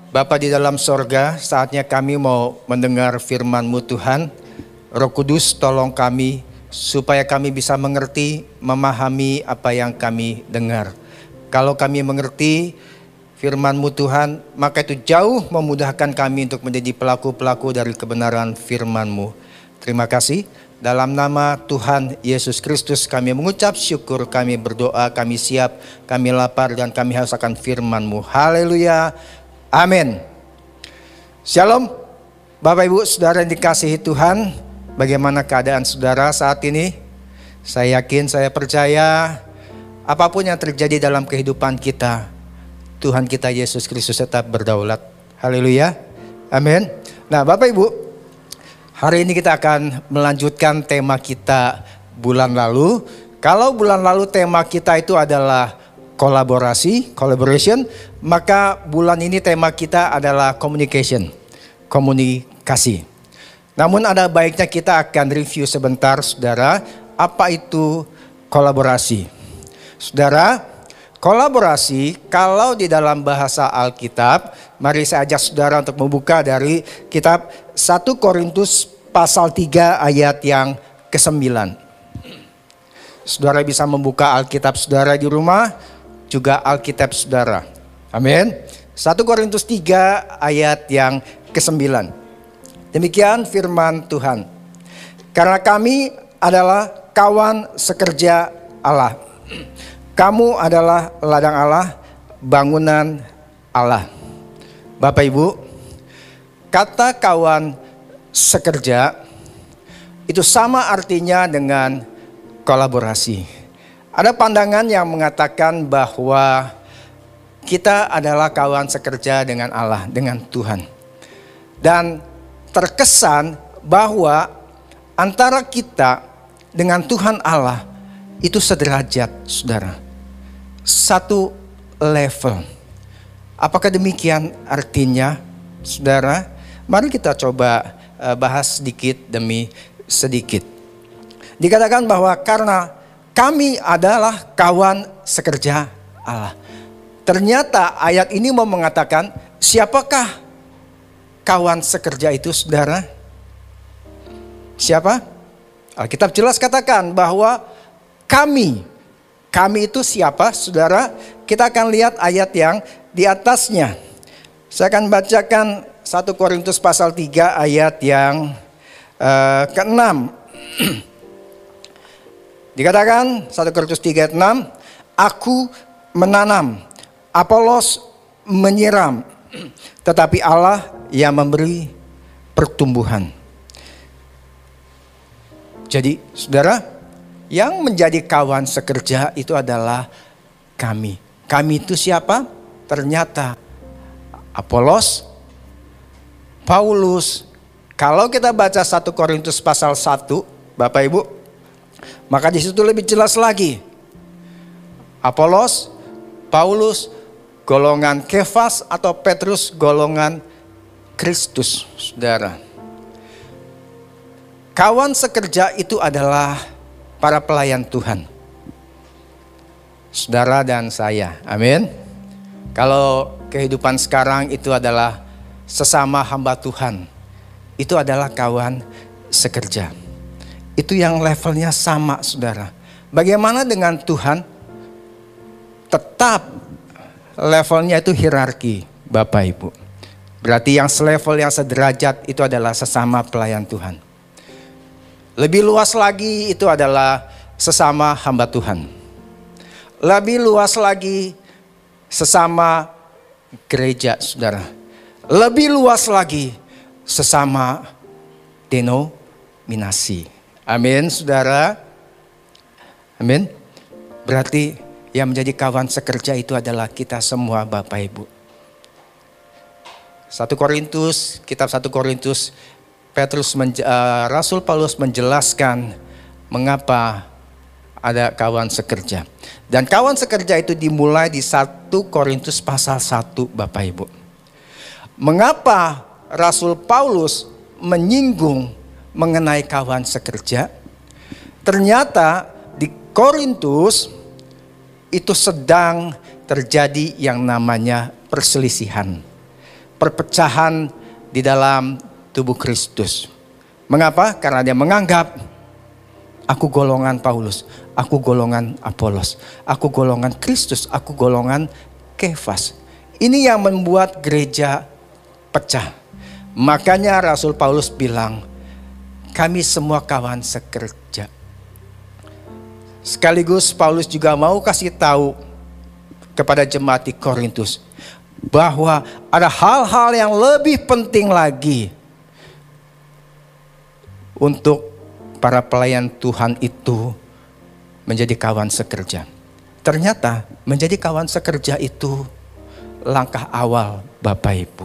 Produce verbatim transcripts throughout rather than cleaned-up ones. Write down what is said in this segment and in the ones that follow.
Bapa di dalam sorga, saatnya kami mau mendengar firman-Mu Tuhan. Roh Kudus tolong kami supaya kami bisa mengerti, memahami apa yang kami dengar. Kalau kami mengerti firman-Mu Tuhan, maka itu jauh memudahkan kami untuk menjadi pelaku-pelaku dari kebenaran firman-Mu. Terima kasih. Dalam nama Tuhan Yesus Kristus kami mengucap syukur, kami berdoa, kami siap, kami lapar dan kami haus akan firman-Mu. Haleluya. Amin. Shalom. Bapak Ibu Saudara yang dikasihi Tuhan, bagaimana keadaan saudara saat ini? Saya yakin, saya percaya apapun yang terjadi dalam kehidupan kita, Tuhan kita Yesus Kristus tetap berdaulat. Haleluya. Amin. Nah Bapak Ibu, hari ini kita akan melanjutkan tema kita bulan lalu. Kalau bulan lalu tema kita itu adalah kolaborasi, collaboration, maka bulan ini tema kita adalah communication, komunikasi. Namun ada baiknya kita akan review sebentar saudara, apa itu kolaborasi. Saudara, kolaborasi kalau di dalam bahasa Alkitab, mari saya ajak saudara untuk membuka dari kitab satu Korintus pasal tiga ayat yang kesembilan. Saudara bisa membuka Alkitab saudara di rumah, juga Alkitab saudara. Amin. satu Korintus tiga ayat yang kesembilan. Demikian firman Tuhan. Karena kami adalah kawan sekerja Allah. Kamu adalah ladang Allah, bangunan Allah. Bapak Ibu, kata kawan sekerja itu sama artinya dengan kolaborasi. Ada pandangan yang mengatakan bahwa kita adalah kawan sekerja dengan Allah, dengan Tuhan. Dan terkesan bahwa antara kita dengan Tuhan Allah itu sederajat, saudara. Satu level. Apakah demikian artinya, saudara? Mari kita coba bahas sedikit demi sedikit. Dikatakan bahwa karena kami adalah kawan sekerja Allah. Ternyata ayat ini mau mengatakan siapakah kawan sekerja itu saudara? Siapa? Alkitab jelas katakan bahwa kami. Kami itu siapa saudara? Kita akan lihat ayat yang di atasnya. Saya akan bacakan satu Korintus pasal tiga ayat yang uh, keenam. Dikatakan satu Korintus tiga ayat enam, aku menanam, Apolos menyiram, tetapi Allah yang memberi pertumbuhan. Jadi saudara, yang menjadi kawan sekerja itu adalah kami. Kami itu siapa? Ternyata Apolos, Paulus. Kalau kita baca satu Korintus pasal satu, Bapak Ibu, maka di situ lebih jelas lagi. Apolos, Paulus, golongan Kefas atau Petrus, golongan Kristus, saudara. Kawan sekerja itu adalah para pelayan Tuhan. Saudara dan saya, amin. Kalau kehidupan sekarang itu adalah sesama hamba Tuhan, itu adalah kawan sekerja. Itu yang levelnya sama saudara. Bagaimana dengan Tuhan? Tetap levelnya itu hierarki Bapak Ibu. Berarti yang selevel, yang sederajat itu adalah sesama pelayan Tuhan. Lebih luas lagi itu adalah sesama hamba Tuhan. Lebih luas lagi sesama gereja saudara. Lebih luas lagi sesama denominasi. Amin, saudara. Amin. Berarti yang menjadi kawan sekerja itu adalah kita semua Bapak Ibu. satu Korintus, kitab satu Korintus, Petrus, uh, Rasul Paulus menjelaskan mengapa ada kawan sekerja. Dan kawan sekerja itu dimulai di satu Korintus pasal satu Bapak Ibu. Mengapa Rasul Paulus menyinggung mengenai kawan sekerja? Ternyata di Korintus itu sedang terjadi yang namanya perselisihan. perpecahan di dalam tubuh Kristus. Mengapa? Karena dia menganggap aku golongan Paulus, aku golongan Apolos, aku golongan Kristus, aku golongan Kefas. Ini yang membuat gereja pecah. Makanya Rasul Paulus bilang, kami semua kawan sekerja. Sekaligus Paulus juga mau kasih tahu kepada jemaat di Korintus bahwa ada hal-hal yang lebih penting lagi untuk para pelayan Tuhan itu menjadi kawan sekerja. Ternyata menjadi kawan sekerja itu langkah awal Bapak Ibu.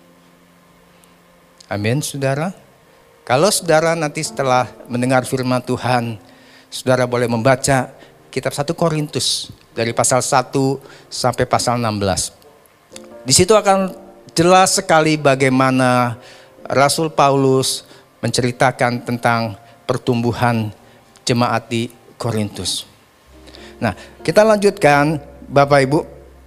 Amin, saudara. Kalau saudara nanti setelah mendengar firman Tuhan, saudara boleh membaca kitab satu Korintus dari pasal satu sampai pasal enam belas. Di situ akan jelas sekali bagaimana Rasul Paulus menceritakan tentang pertumbuhan jemaat di Korintus. Nah, kita lanjutkan Bapak Ibu.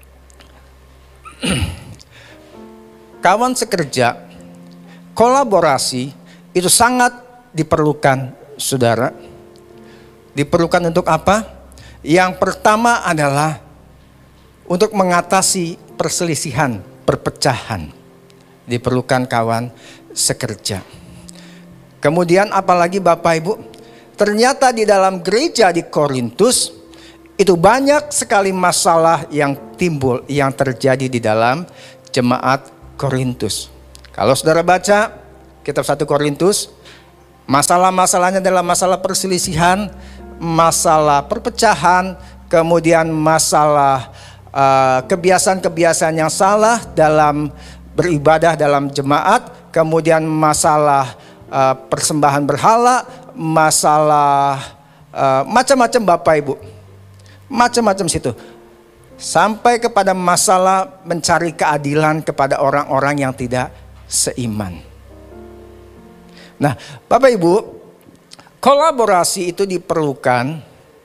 Kawan sekerja, kolaborasi itu sangat diperlukan, saudara. Diperlukan untuk apa? Yang pertama adalah untuk mengatasi perselisihan, perpecahan. Diperlukan kawan sekerja. Kemudian apalagi Bapak Ibu, ternyata di dalam gereja di Korintus itu banyak sekali masalah yang timbul, yang terjadi di dalam jemaat Korintus. Kalau saudara baca kitab satu Korintus, masalah-masalahnya adalah masalah perselisihan, masalah perpecahan, kemudian masalah uh, kebiasaan-kebiasaan yang salah dalam beribadah dalam jemaat, kemudian masalah uh, persembahan berhala, masalah uh, macam-macam Bapak Ibu. Macam-macam situ. Sampai kepada masalah mencari keadilan kepada orang-orang yang tidak seiman. Nah, Bapak Ibu, kolaborasi itu diperlukan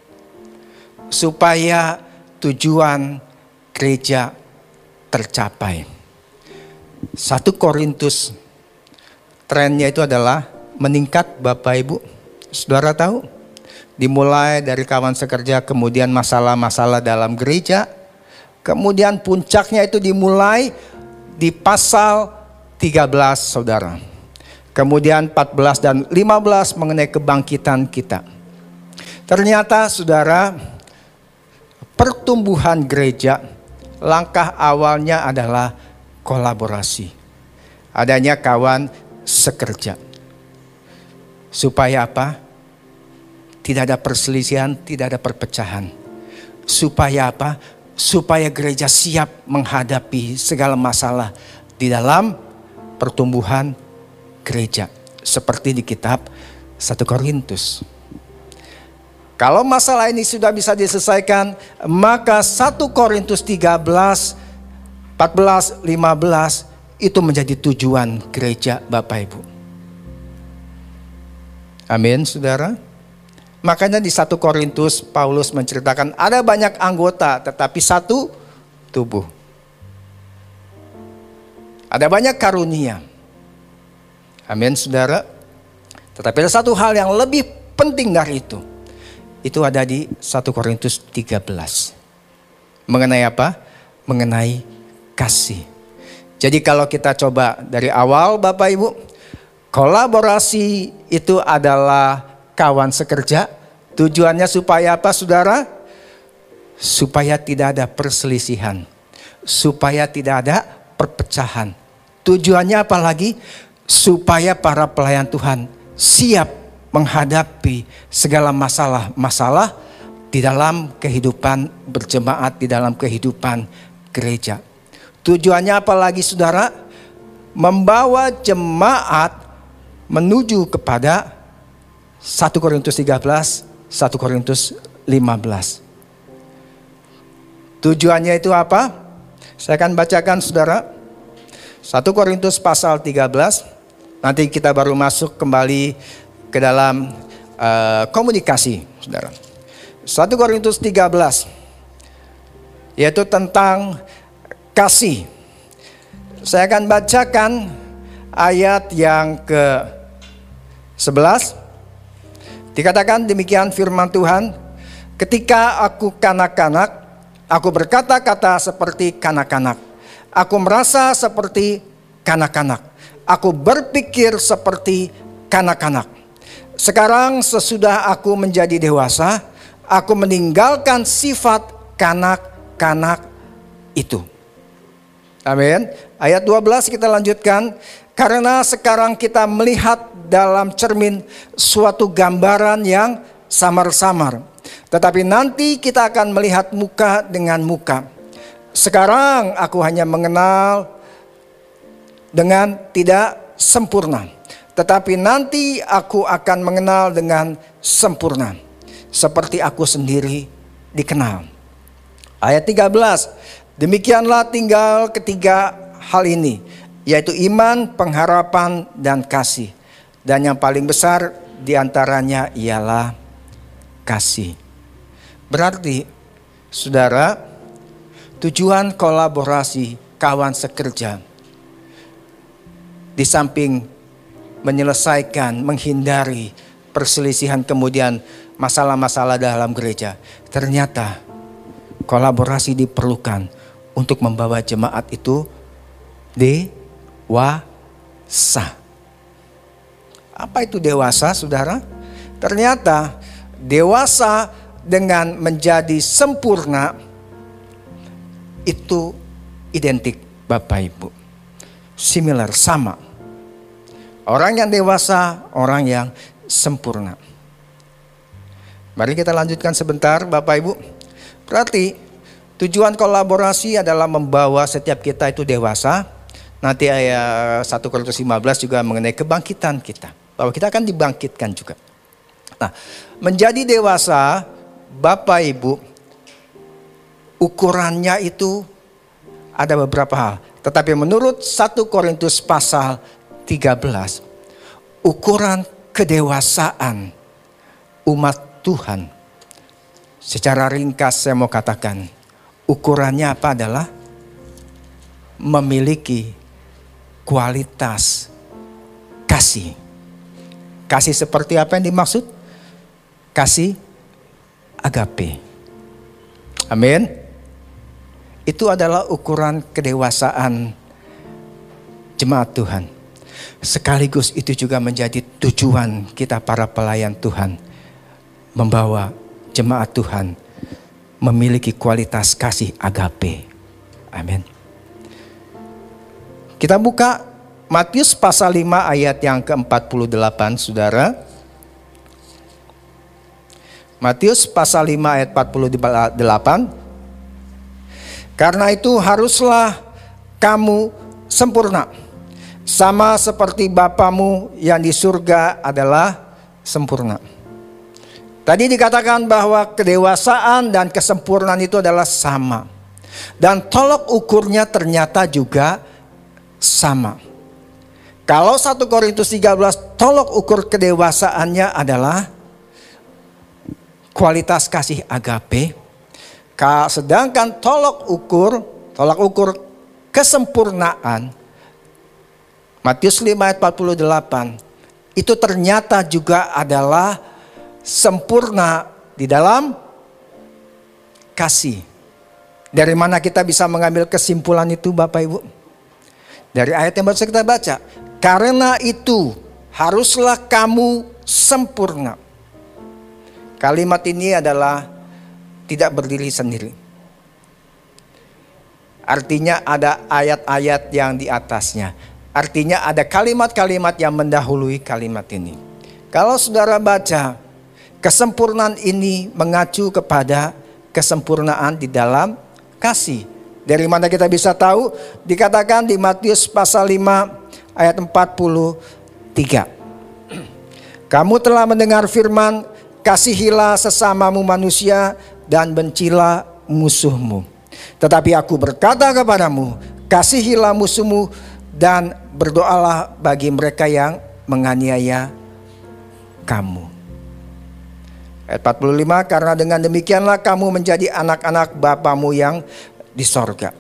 supaya tujuan gereja tercapai. satu Korintus trennya itu adalah meningkat Bapak Ibu. Saudara tahu? Dimulai dari kawan sekerja, kemudian masalah-masalah dalam gereja. Kemudian puncaknya itu dimulai di pasal tiga belas saudara. Kemudian empat belas dan lima belas mengenai kebangkitan kita. Ternyata saudara, pertumbuhan gereja langkah awalnya adalah kolaborasi. Adanya kawan sekerja. Supaya apa? Tidak ada perselisihan, tidak ada perpecahan. Supaya apa? Supaya gereja siap menghadapi segala masalah di dalam pertumbuhan gereja. Seperti di kitab satu Korintus. Kalau masalah ini sudah bisa diselesaikan, maka satu Korintus tiga belas, empat belas, lima belas itu menjadi tujuan gereja Bapak Ibu. Amin, saudara. Makanya di satu Korintus Paulus menceritakan ada banyak anggota tetapi satu tubuh. Ada banyak karunia. Amin, saudara. Tetapi ada satu hal yang lebih penting dari itu. Itu ada di satu Korintus tiga belas. Mengenai apa? Mengenai kasih. Jadi kalau kita coba dari awal Bapak Ibu, kolaborasi itu adalah kawan sekerja. Tujuannya supaya apa saudara? Supaya tidak ada perselisihan. Supaya tidak ada perpecahan. Tujuannya apa lagi? Supaya para pelayan Tuhan siap menghadapi segala masalah-masalah di dalam kehidupan berjemaat, di dalam kehidupan gereja. Tujuannya apa lagi saudara? Membawa jemaat menuju kepada satu Korintus tiga belas, satu Korintus lima belas. Tujuannya itu apa? Saya akan bacakan saudara. satu Korintus pasal tiga belas. Nanti kita baru masuk kembali ke dalam uh, komunikasi saudara. satu Korintus tiga belas. Yaitu tentang kasih. Saya akan bacakan ayat yang ke sebelas. Dikatakan demikian firman Tuhan, ketika aku kanak-kanak, aku berkata-kata seperti kanak-kanak. Aku merasa seperti kanak-kanak. Aku berpikir seperti kanak-kanak. Sekarang sesudah aku menjadi dewasa, aku meninggalkan sifat kanak-kanak itu. Amin. Ayat dua belas kita lanjutkan. Karena sekarang kita melihat dalam cermin suatu gambaran yang samar-samar. Tetapi nanti kita akan melihat muka dengan muka. Sekarang aku hanya mengenal dengan tidak sempurna. Tetapi nanti aku akan mengenal dengan sempurna. Seperti aku sendiri dikenal. Ayat tiga belas. Demikianlah tinggal ketiga hal ini. Yaitu iman, pengharapan, dan kasih. Dan yang paling besar diantaranya ialah kasih. Berarti saudara, tujuan kolaborasi kawan sekerja di samping menyelesaikan, menghindari perselisihan kemudian masalah-masalah dalam gereja, ternyata kolaborasi diperlukan untuk membawa jemaat itu dewasa. Apa itu dewasa, saudara? Ternyata dewasa dengan menjadi sempurna itu identik, Bapak Ibu. Similar, sama. Orang yang dewasa, orang yang sempurna. Mari kita lanjutkan sebentar, Bapak Ibu. Berarti tujuan kolaborasi adalah membawa setiap kita itu dewasa. Nanti ayat satu Korintus lima belas juga mengenai kebangkitan kita. Bahwa kita akan dibangkitkan juga. Nah, menjadi dewasa, Bapak Ibu, ukurannya itu ada beberapa hal. Tetapi menurut satu Korintus pasal tiga belas, ukuran kedewasaan umat Tuhan, secara ringkas saya mau katakan, ukurannya apa adalah memiliki kualitas kasih. Kasih seperti apa yang dimaksud? Kasih agape. Amin. Itu adalah ukuran kedewasaan jemaat Tuhan. Sekaligus itu juga menjadi tujuan kita para pelayan Tuhan. Membawa jemaat Tuhan memiliki kualitas kasih agape. Amin. Kita buka Matius pasal lima ayat yang ke empat puluh delapan, saudara. Matius pasal lima ayat empat puluh delapan. Karena itu haruslah kamu sempurna, sama seperti Bapamu yang di surga adalah sempurna. Tadi dikatakan bahwa kedewasaan dan kesempurnaan itu adalah sama. Dan tolok ukurnya ternyata juga sama. Kalau satu Korintus tiga belas tolok ukur kedewasaannya adalah kualitas kasih agape. Sedangkan tolok ukur, tolak ukur kesempurnaan Matius lima ayat empat puluh delapan itu ternyata juga adalah sempurna di dalam kasih. Dari mana kita bisa mengambil kesimpulan itu, Bapak Ibu? Dari ayat yang baru kita baca. Karena itu haruslah kamu sempurna. Kalimat ini adalah tidak berdiri sendiri. Artinya ada ayat-ayat yang di atasnya. Artinya ada kalimat-kalimat yang mendahului kalimat ini. Kalau saudara baca, kesempurnaan ini mengacu kepada kesempurnaan di dalam kasih. Dari mana kita bisa tahu? Dikatakan di Matius pasal lima ayat empat puluh tiga. Kamu telah mendengar firman, kasihilah sesamamu manusia dan bencilah musuhmu. Tetapi aku berkata kepadamu, kasihilah musuhmu dan berdoalah bagi mereka yang menganiaya kamu. Ayat empat puluh lima, karena dengan demikianlah kamu menjadi anak-anak Bapamu yang di sorga.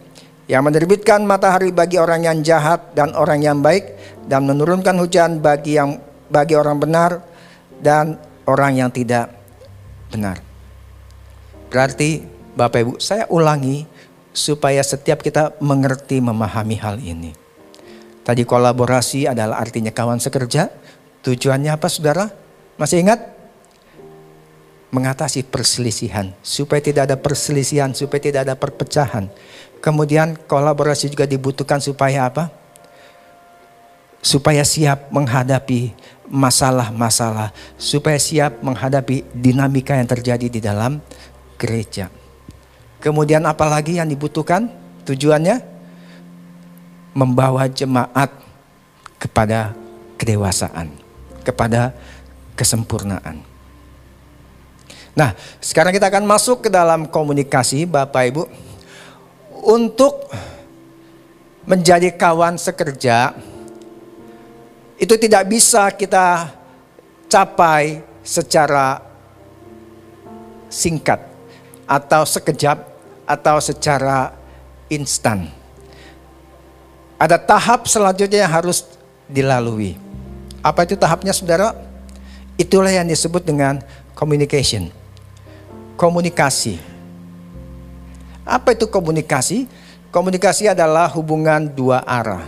yang menerbitkan matahari bagi orang yang jahat dan orang yang baik, dan menurunkan hujan bagi yang bagi orang benar dan orang yang tidak benar. Berarti Bapak Ibu, saya ulangi supaya setiap kita mengerti, memahami hal ini. Tadi kolaborasi adalah artinya kawan sekerja. Tujuannya apa saudara? Masih ingat? Mengatasi perselisihan, supaya tidak ada perselisihan, supaya tidak ada perpecahan. Kemudian kolaborasi juga dibutuhkan supaya apa? Supaya siap menghadapi masalah-masalah, supaya siap menghadapi dinamika yang terjadi di dalam gereja. Kemudian apa lagi yang dibutuhkan? Tujuannya membawa jemaat kepada kedewasaan, kepada kesempurnaan. Nah, sekarang kita akan masuk ke dalam komunikasi Bapak Ibu. Untuk menjadi kawan sekerja itu tidak bisa kita capai secara singkat atau sekejap atau secara instan. Ada tahap selanjutnya yang harus dilalui. Apa itu tahapnya saudara? Itulah yang disebut dengan communication. Komunikasi. Apa itu komunikasi? Komunikasi adalah hubungan dua arah.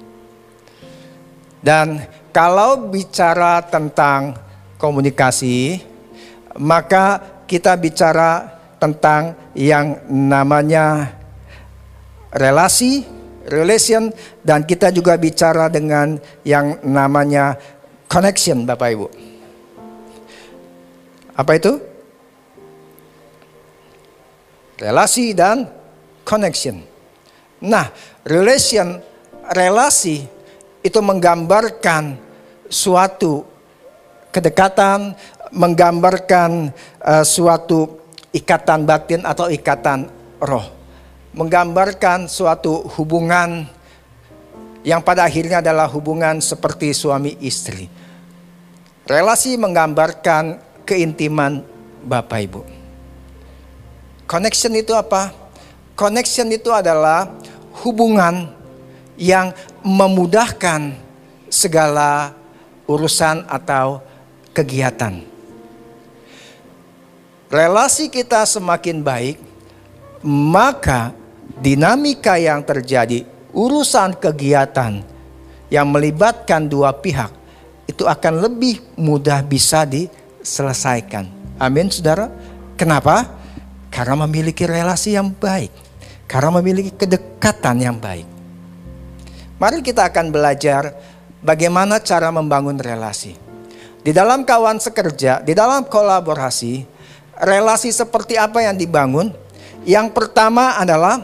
Dan kalau bicara tentang komunikasi, maka kita bicara tentang yang namanya relasi, relation, dan kita juga bicara dengan yang namanya connection, Bapak Ibu. Apa itu? Relasi dan connection. Nah, relation, relasi itu menggambarkan suatu kedekatan, menggambarkan uh, suatu ikatan batin atau ikatan roh. Menggambarkan suatu hubungan yang pada akhirnya adalah hubungan seperti suami istri. Relasi menggambarkan keintiman Bapak Ibu. Connection itu apa? Connection itu adalah hubungan yang memudahkan segala urusan atau kegiatan. Relasi kita semakin baik, maka dinamika yang terjadi, urusan kegiatan yang melibatkan dua pihak, itu akan lebih mudah bisa diselesaikan. Amin saudara. Kenapa? Karena memiliki relasi yang baik, karena memiliki kedekatan yang baik. Mari kita akan belajar bagaimana cara membangun relasi. Di dalam kawan sekerja, di dalam kolaborasi, relasi seperti apa yang dibangun? Yang pertama adalah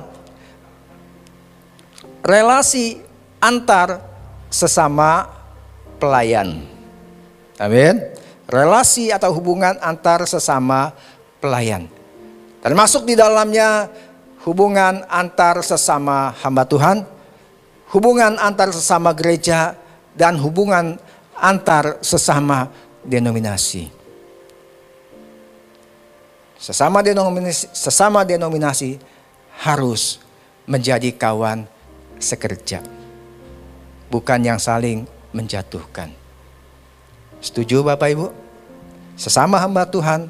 relasi antar sesama pelayan. Amin. Relasi atau hubungan antar sesama pelayan. Termasuk di dalamnya hubungan antar sesama hamba Tuhan, hubungan antar sesama gereja, dan hubungan antar sesama denominasi. Sesama denominasi, sesama denominasi harus menjadi kawan sekerja, bukan yang saling menjatuhkan. Setuju Bapak Ibu? Sesama hamba Tuhan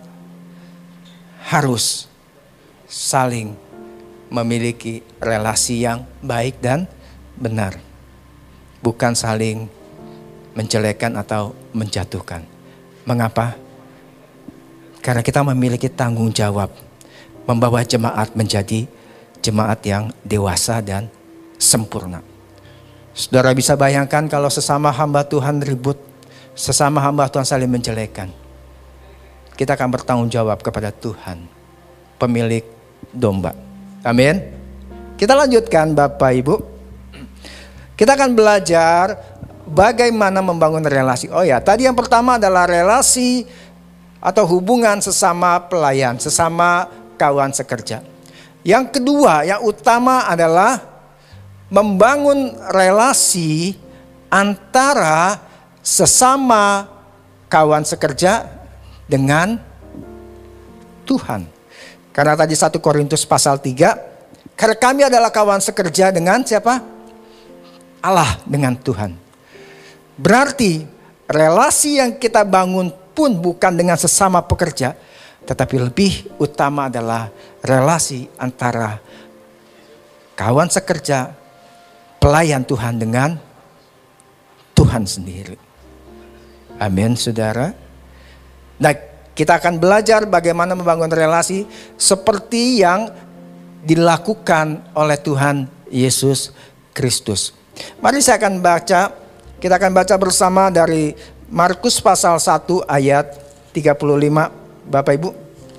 harus saling memiliki relasi yang baik dan benar, bukan saling menjelekan atau menjatuhkan. Mengapa? Karena kita memiliki tanggung jawab membawa jemaat menjadi jemaat yang dewasa dan sempurna. Saudara bisa bayangkan kalau sesama hamba Tuhan ribut, sesama hamba Tuhan saling menjelekan, kita akan bertanggung jawab kepada Tuhan, pemilik domba. Amin. Kita lanjutkan Bapak Ibu. Kita akan belajar bagaimana membangun relasi. Oh ya, tadi yang pertama adalah relasi atau hubungan sesama pelayan, sesama kawan sekerja. Yang kedua, yang utama adalah membangun relasi antara sesama kawan sekerja dengan Tuhan. Karena tadi satu Korintus pasal tiga Karena kami adalah kawan sekerja dengan siapa? Allah, dengan Tuhan. Berarti relasi yang kita bangun pun bukan dengan sesama pekerja, tetapi lebih utama adalah relasi antara kawan sekerja, pelayan Tuhan dengan Tuhan sendiri. Amin, saudara. Nah, kita akan belajar bagaimana membangun relasi seperti yang dilakukan oleh Tuhan Yesus Kristus. Mari saya akan baca, kita akan baca bersama dari Markus pasal satu ayat tiga puluh lima, Bapak Ibu.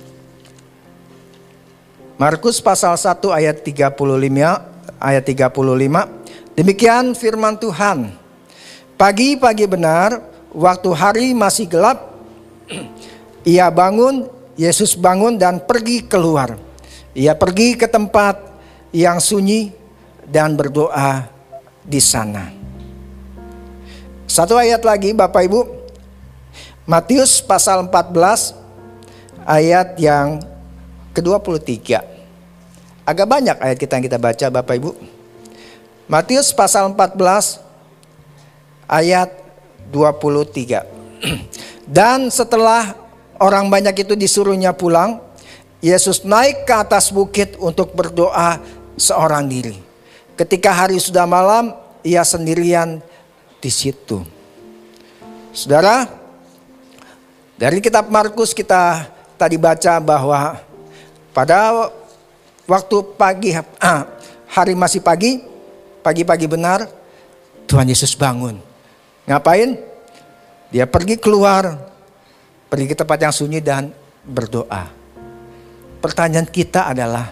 Markus pasal satu ayat tiga puluh lima, ayat tiga puluh lima. Demikian firman Tuhan. Pagi-pagi benar, waktu hari masih gelap, ia bangun, Yesus bangun dan pergi keluar. Ia pergi ke tempat yang sunyi dan berdoa di sana. Satu ayat lagi Bapak Ibu. Matius pasal empat belas ayat yang ke dua puluh tiga. Agak banyak ayat kita yang kita baca Bapak Ibu. Matius pasal empat belas ayat dua puluh tiga. Dan setelah orang banyak itu disuruhnya pulang, Yesus naik ke atas bukit untuk berdoa seorang diri. Ketika hari sudah malam, ia sendirian di situ. Saudara, dari kitab Markus kita tadi baca bahwa pada waktu pagi, hari masih pagi, pagi-pagi benar, Tuhan Yesus bangun. Ngapain? Dia pergi keluar, pergi ke tempat yang sunyi dan berdoa. Pertanyaan kita adalah,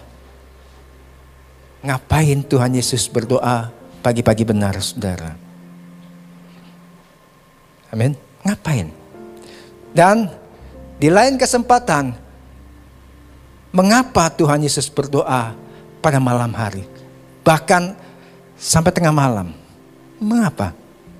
ngapain Tuhan Yesus berdoa pagi-pagi benar, saudara? Amin. Ngapain? Dan di lain kesempatan, mengapa Tuhan Yesus berdoa pada malam hari? Bahkan sampai tengah malam. Mengapa?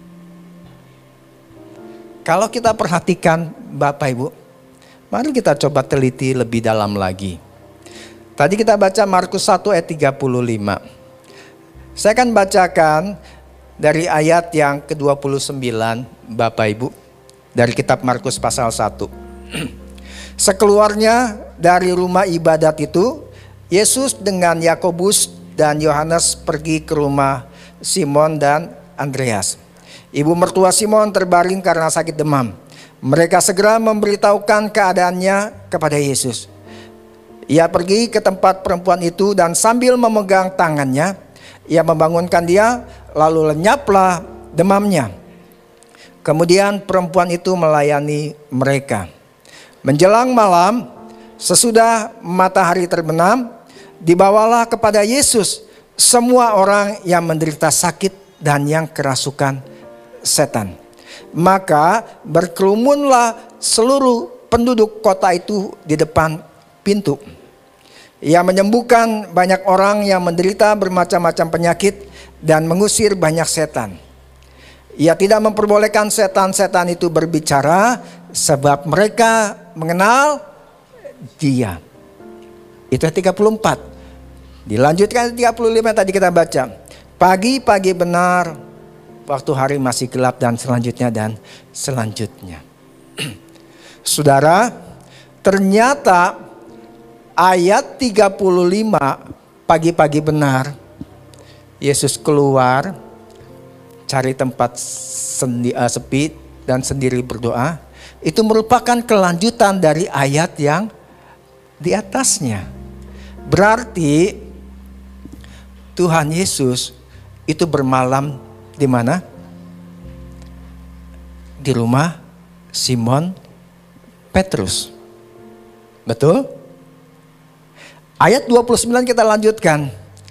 Kalau kita perhatikan Bapak Ibu, mari kita coba teliti lebih dalam lagi. Tadi kita baca Markus satu ayat tiga puluh lima. Saya akan bacakan dari ayat yang ke dua puluh sembilan Bapak Ibu. Dari kitab Markus pasal satu. Sekeluarnya dari rumah ibadat itu, Yesus dengan Yakobus dan Yohanes pergi ke rumah Simon dan Andreas. Ibu mertua Simon terbaring karena sakit demam. Mereka segera memberitahukan keadaannya kepada Yesus. Ia pergi ke tempat perempuan itu dan sambil memegang tangannya, ia membangunkan dia, lalu lenyaplah demamnya. Kemudian perempuan itu melayani mereka. Menjelang malam, sesudah matahari terbenam, dibawalah kepada Yesus semua orang yang menderita sakit dan yang kerasukan setan. Maka berkerumunlah seluruh penduduk kota itu di depan pintu. Ia menyembuhkan banyak orang yang menderita bermacam-macam penyakit dan mengusir banyak setan. Ia tidak memperbolehkan setan-setan itu berbicara sebab mereka mengenal dia. Itu tiga puluh empat. Dilanjutkan tiga puluh lima tadi kita baca. Pagi-pagi benar, waktu hari masih gelap dan selanjutnya dan selanjutnya. Saudara, ternyata ayat tiga puluh lima pagi-pagi benar, Yesus keluar cari tempat sendi, uh, sepi dan sendiri berdoa. Itu merupakan kelanjutan dari ayat yang di atasnya. Berarti Tuhan Yesus itu bermalam di mana? Di rumah Simon Petrus. Betul? Ayat dua puluh sembilan kita lanjutkan.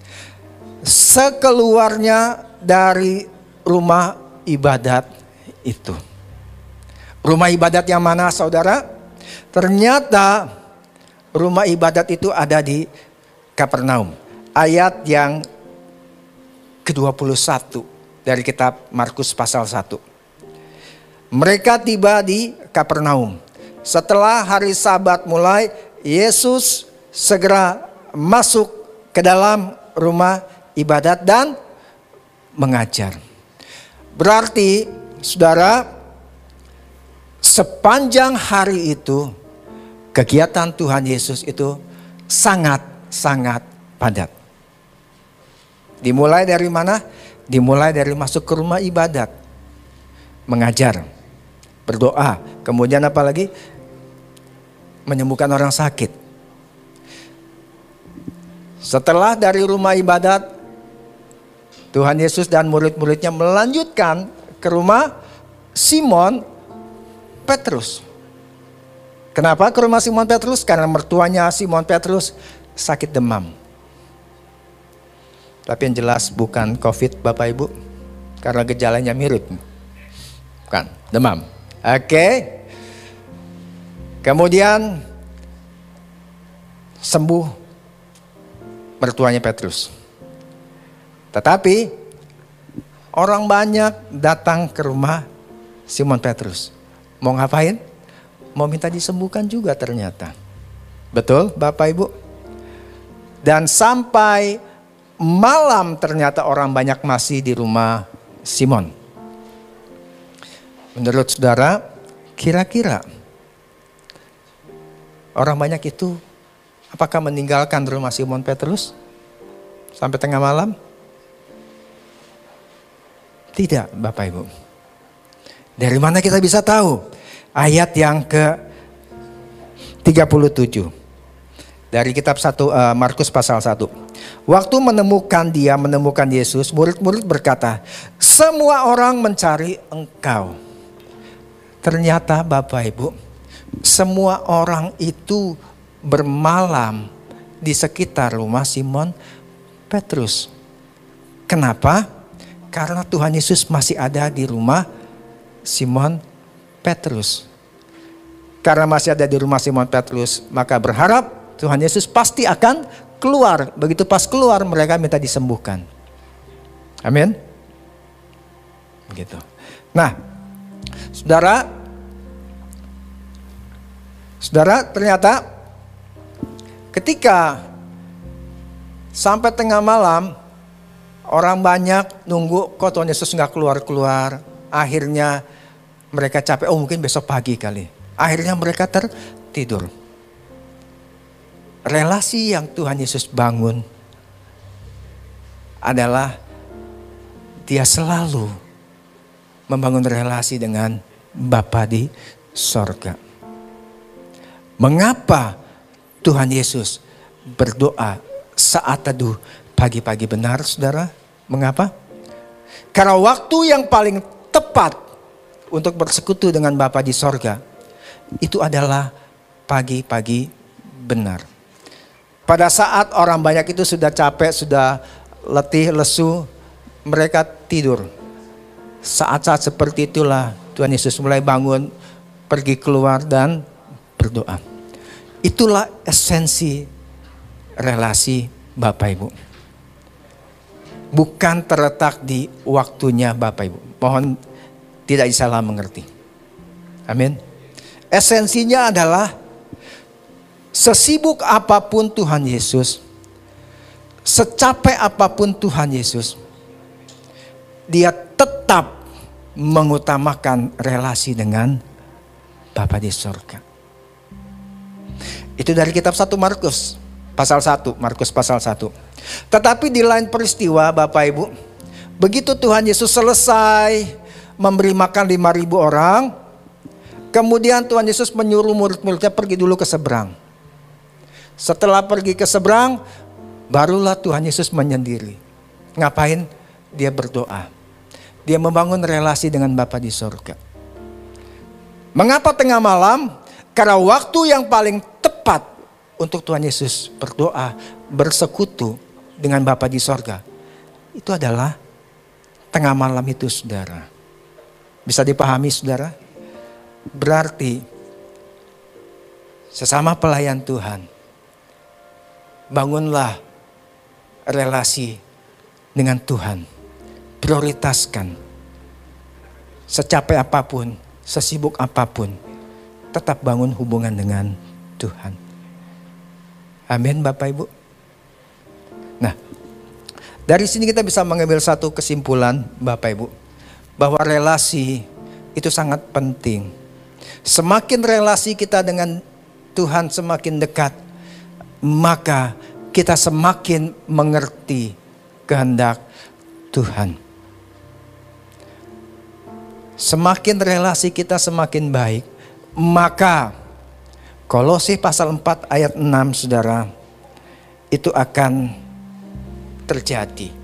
Sekeluarnya dari rumah ibadat itu. Rumah ibadat yang mana, saudara? Ternyata rumah ibadat itu ada di Kapernaum. Ayat yang ke dua puluh satu dari kitab Markus pasal satu. Mereka tiba di Kapernaum. Setelah hari Sabat mulai, Yesus segera masuk ke dalam rumah ibadat dan mengajar. Berarti saudara, sepanjang hari itu kegiatan Tuhan Yesus itu sangat-sangat padat. Dimulai dari mana? Dimulai dari masuk ke rumah ibadat, mengajar, berdoa, kemudian apa lagi? Menyembuhkan orang sakit. Setelah dari rumah ibadat, Tuhan Yesus dan murid-muridnya melanjutkan ke rumah Simon Petrus. Kenapa ke rumah Simon Petrus? Karena mertuanya Simon Petrus sakit demam. Tapi yang jelas bukan COVID Bapak Ibu, karena gejalanya mirip. Bukan, demam. Oke. Kemudian sembuh mertuanya Petrus. Tetapi orang banyak datang ke rumah Simon Petrus. Mau ngapain? Mau minta disembuhkan juga ternyata. Betul Bapak Ibu? Dan sampai malam ternyata orang banyak masih di rumah Simon. Menurut saudara, kira-kira orang banyak itu apakah meninggalkan rumah Simon Petrus sampai tengah malam? Tidak Bapak Ibu. Dari mana kita bisa tahu? Ayat yang ke tiga puluh tujuh. Dari kitab satu uh, Markus pasal satu. Waktu menemukan dia, menemukan Yesus, murid-murid berkata, semua orang mencari engkau. Ternyata Bapak Ibu, semua orang itu bermalam di sekitar rumah Simon Petrus. Kenapa? Karena Tuhan Yesus masih ada di rumah Simon Petrus. Karena masih ada di rumah Simon Petrus, maka berharap Tuhan Yesus pasti akan keluar. Begitu pas keluar mereka minta disembuhkan. Amin. Begitu. Nah, saudara, saudara ternyata ketika sampai tengah malam orang banyak nunggu kok Tuhan Yesus nggak keluar-keluar. Akhirnya mereka capek, oh mungkin besok pagi kali. Akhirnya mereka tertidur. Relasi yang Tuhan Yesus bangun adalah dia selalu membangun relasi dengan Bapa di sorga. Mengapa Tuhan Yesus berdoa saat teduh pagi-pagi? Benar saudara? Mengapa? Karena waktu yang paling tepat untuk bersekutu dengan Bapa di sorga itu adalah pagi-pagi benar. Pada saat orang banyak itu sudah capek, sudah letih, lesu, mereka tidur. Saat-saat seperti itulah Tuhan Yesus mulai bangun, pergi keluar dan berdoa. Itulah esensi relasi Bapak Ibu. Bukan terletak di waktunya Bapak Ibu. Mohon tidak salah mengerti. Amin. Esensinya adalah sesibuk apapun Tuhan Yesus, secapek apapun Tuhan Yesus, dia tetap mengutamakan relasi dengan Bapa di surga. Itu dari kitab satu Markus pasal satu, Markus pasal satu. Tetapi di lain peristiwa Bapak Ibu, begitu Tuhan Yesus selesai memberi makan lima ribu orang, kemudian Tuhan Yesus menyuruh murid-muridnya pergi dulu ke seberang. Setelah pergi ke seberang, barulah Tuhan Yesus menyendiri. Ngapain? Dia berdoa. Dia membangun relasi dengan Bapa di surga. Mengapa tengah malam? Karena waktu yang paling tepat untuk Tuhan Yesus berdoa, bersekutu dengan Bapa di surga, itu adalah tengah malam itu saudara. Bisa dipahami saudara? Berarti sesama pelayan Tuhan, bangunlah relasi dengan Tuhan. Prioritaskan. Secapek apapun, sesibuk apapun, tetap bangun hubungan dengan Tuhan. Amin Bapak Ibu. Nah, Dari sini kita bisa mengambil satu kesimpulan, Bapak Ibu, bahwa relasi itu sangat penting. Semakin relasi kita dengan Tuhan semakin dekat, maka kita semakin mengerti kehendak Tuhan. Semakin relasi kita semakin baik, maka Kolose pasal empat ayat enam, saudara, itu akan terjadi.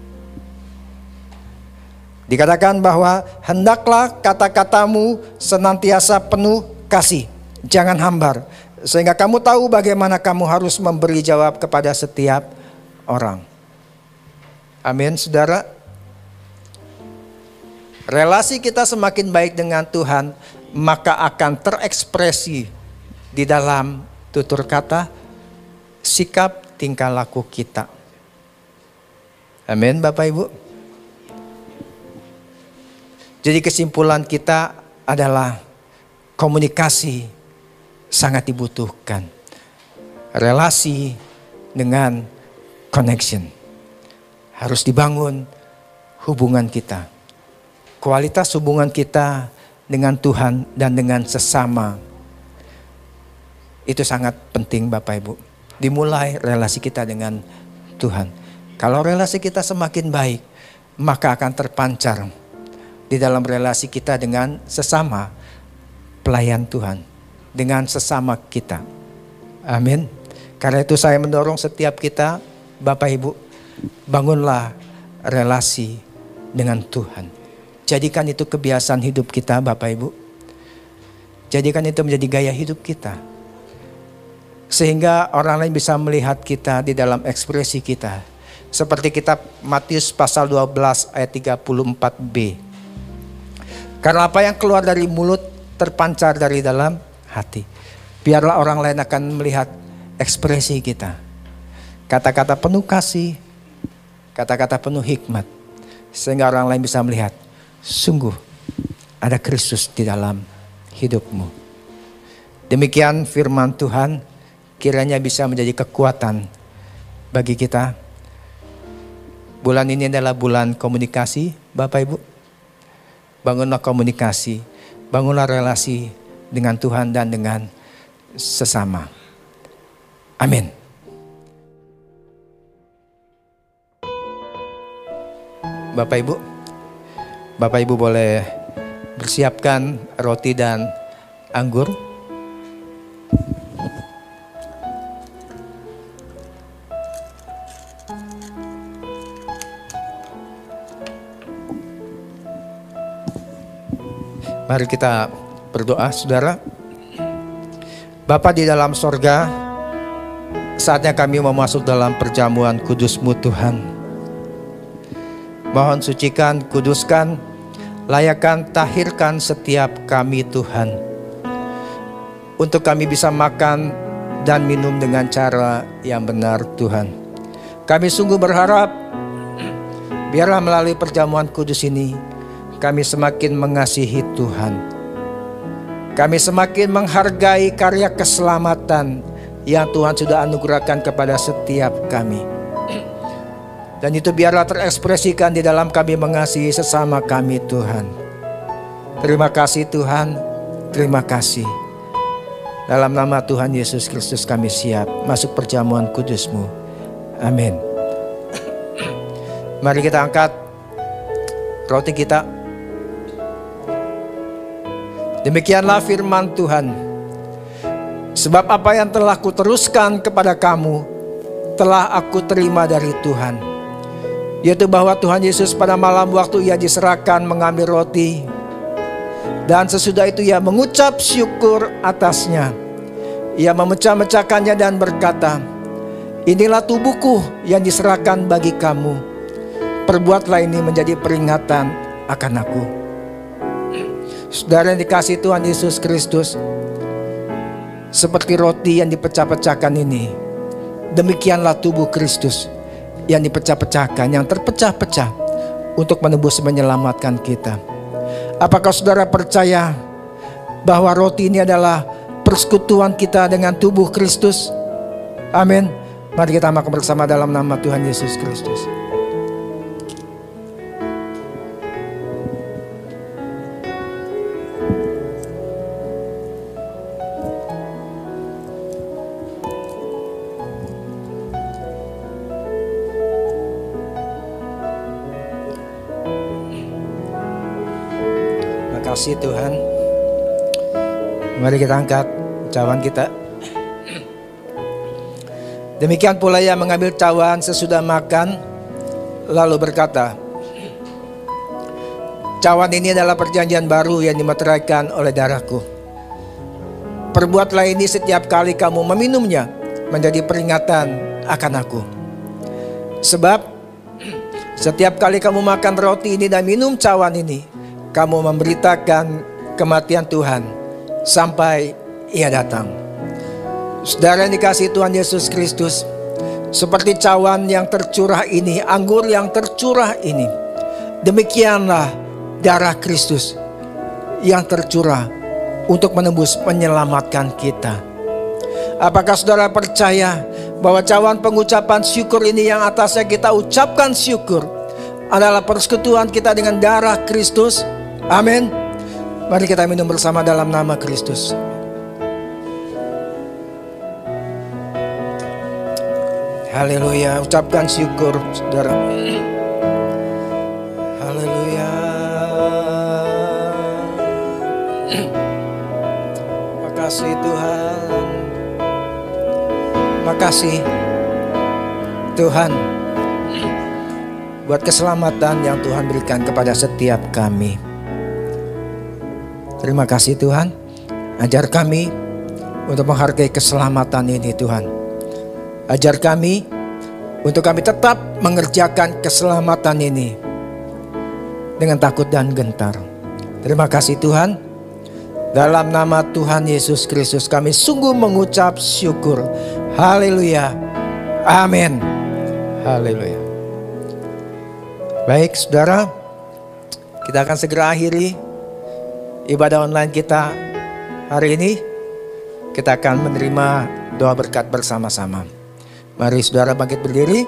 Dikatakan bahwa hendaklah kata-katamu senantiasa penuh kasih, jangan hambar, sehingga kamu tahu bagaimana kamu harus memberi jawab kepada setiap orang. Amin, saudara. Relasi kita semakin baik dengan Tuhan, maka akan terekspresi di dalam tutur kata, sikap, tingkah laku kita. Amin, Bapak Ibu. Jadi kesimpulan kita adalah komunikasi sangat dibutuhkan. Relasi dengan connection. Harus dibangun hubungan kita. Kualitas hubungan kita dengan Tuhan dan dengan sesama. Itu sangat penting, Bapak Ibu. Dimulai relasi kita dengan Tuhan. Kalau relasi kita semakin baik, maka akan terpancar di dalam relasi kita dengan sesama pelayan Tuhan, dengan sesama kita. Amin. Karena itu saya mendorong setiap kita, Bapak Ibu, bangunlah relasi dengan Tuhan. Jadikan itu kebiasaan hidup kita, Bapak Ibu. Jadikan itu menjadi gaya hidup kita. Sehingga orang lain bisa melihat kita di dalam ekspresi kita. Seperti kitab Matius pasal dua belas ayat tiga puluh empat b. Karena apa yang keluar dari mulut terpancar dari dalam hati. Biarlah orang lain akan melihat ekspresi kita. Kata-kata penuh kasih, kata-kata penuh hikmat. Sehingga orang lain bisa melihat, sungguh ada Kristus di dalam hidupmu. Demikian firman Tuhan, kiranya bisa menjadi kekuatan bagi kita. Bulan ini adalah bulan komunikasi, Bapak Ibu. Bangunlah komunikasi, bangunlah relasi dengan Tuhan dan dengan sesama. Amin. Bapak Ibu, Bapak Ibu boleh bersiapkan roti dan anggur. Mari kita berdoa, saudara. Bapa di dalam sorga, saatnya kami mau masuk dalam perjamuan kudus-Mu Tuhan. Mohon sucikan, kuduskan, layakkan, tahirkan setiap kami Tuhan. Untuk kami bisa makan dan minum dengan cara yang benar Tuhan. Kami sungguh berharap, biarlah melalui perjamuan kudus ini, kami semakin mengasihi Tuhan. Kami semakin menghargai karya keselamatan yang Tuhan sudah anugerahkan kepada setiap kami. Dan itu biarlah terekspresikan di dalam kami mengasihi sesama kami Tuhan. Terima kasih Tuhan, terima kasih. Dalam nama Tuhan Yesus Kristus kami siap masuk perjamuan kudus-Mu. Amin. Mari kita angkat roti kita. Demikianlah firman Tuhan. Sebab apa yang telah kuteruskan kepada kamu, telah aku terima dari Tuhan. Yaitu bahwa Tuhan Yesus pada malam waktu ia diserahkan mengambil roti. Dan sesudah itu ia mengucap syukur atasnya. Ia memecah-mecahkannya dan berkata, inilah tubuhku yang diserahkan bagi kamu. Perbuatlah ini menjadi peringatan akan aku. Saudara yang dikasihi Tuhan Yesus Kristus, seperti roti yang dipecah-pecahkan ini, demikianlah tubuh Kristus yang dipecah-pecahkan, yang terpecah-pecah untuk menebus menyelamatkan kita. Apakah saudara percaya bahwa roti ini adalah persekutuan kita dengan tubuh Kristus? Amin. Mari kita makan bersama dalam nama Tuhan Yesus Kristus. kasih Tuhan. Mari kita angkat cawan kita. Demikian pula ia mengambil cawan sesudah makan, lalu berkata, cawan ini adalah perjanjian baru yang dimeteraikan oleh darahku. Perbuatlah ini setiap kali kamu meminumnya, menjadi peringatan akan aku. Sebab setiap kali kamu makan roti ini dan minum cawan ini, kamu memberitakan kematian Tuhan sampai ia datang. Saudara yang dikasihi Tuhan Yesus Kristus, seperti cawan yang tercurah ini, anggur yang tercurah ini, demikianlah darah Kristus yang tercurah untuk menembus, menyelamatkan kita. Apakah saudara percaya bahwa cawan pengucapan syukur ini yang atasnya kita ucapkan syukur adalah persekutuan kita dengan darah Kristus? Amin. Mari kita minum bersama dalam nama Kristus. Haleluya, ucapkan syukur saudara. Haleluya. Makasih Tuhan. Makasih Tuhan buat keselamatan yang Tuhan berikan kepada setiap kami. Terima kasih Tuhan. Ajar kami untuk menghargai keselamatan ini Tuhan. Ajar kami untuk kami tetap mengerjakan keselamatan ini dengan takut dan gentar. Terima kasih Tuhan. Dalam nama Tuhan Yesus Kristus kami sungguh mengucap syukur. Haleluya. Amin. Haleluya. Baik saudara, kita akan segera akhiri ibadah online kita hari ini. Kita akan menerima doa berkat bersama-sama. Mari saudara bangkit berdiri.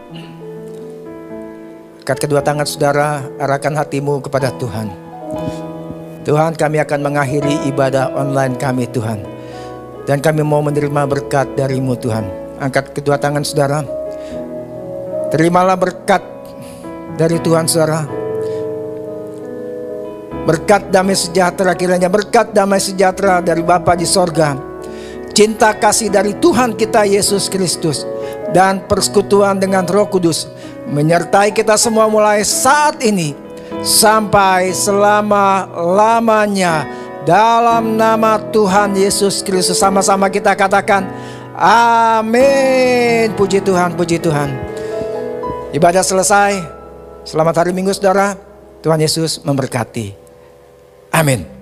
Angkat kedua tangan saudara, arahkan hatimu kepada Tuhan. Tuhan, kami akan mengakhiri ibadah online kami Tuhan. Dan kami mau menerima berkat dari-Mu Tuhan. Angkat kedua tangan saudara. Terimalah berkat dari Tuhan saudara. Berkat damai sejahtera kiranya, berkat damai sejahtera dari Bapa di sorga, cinta kasih dari Tuhan kita Yesus Kristus, dan persekutuan dengan Roh Kudus menyertai kita semua mulai saat ini sampai selama-lamanya. Dalam nama Tuhan Yesus Kristus sama-sama kita katakan amin. Puji Tuhan, puji Tuhan. Ibadah selesai. Selamat hari Minggu saudara. Tuhan Yesus memberkati. Amin.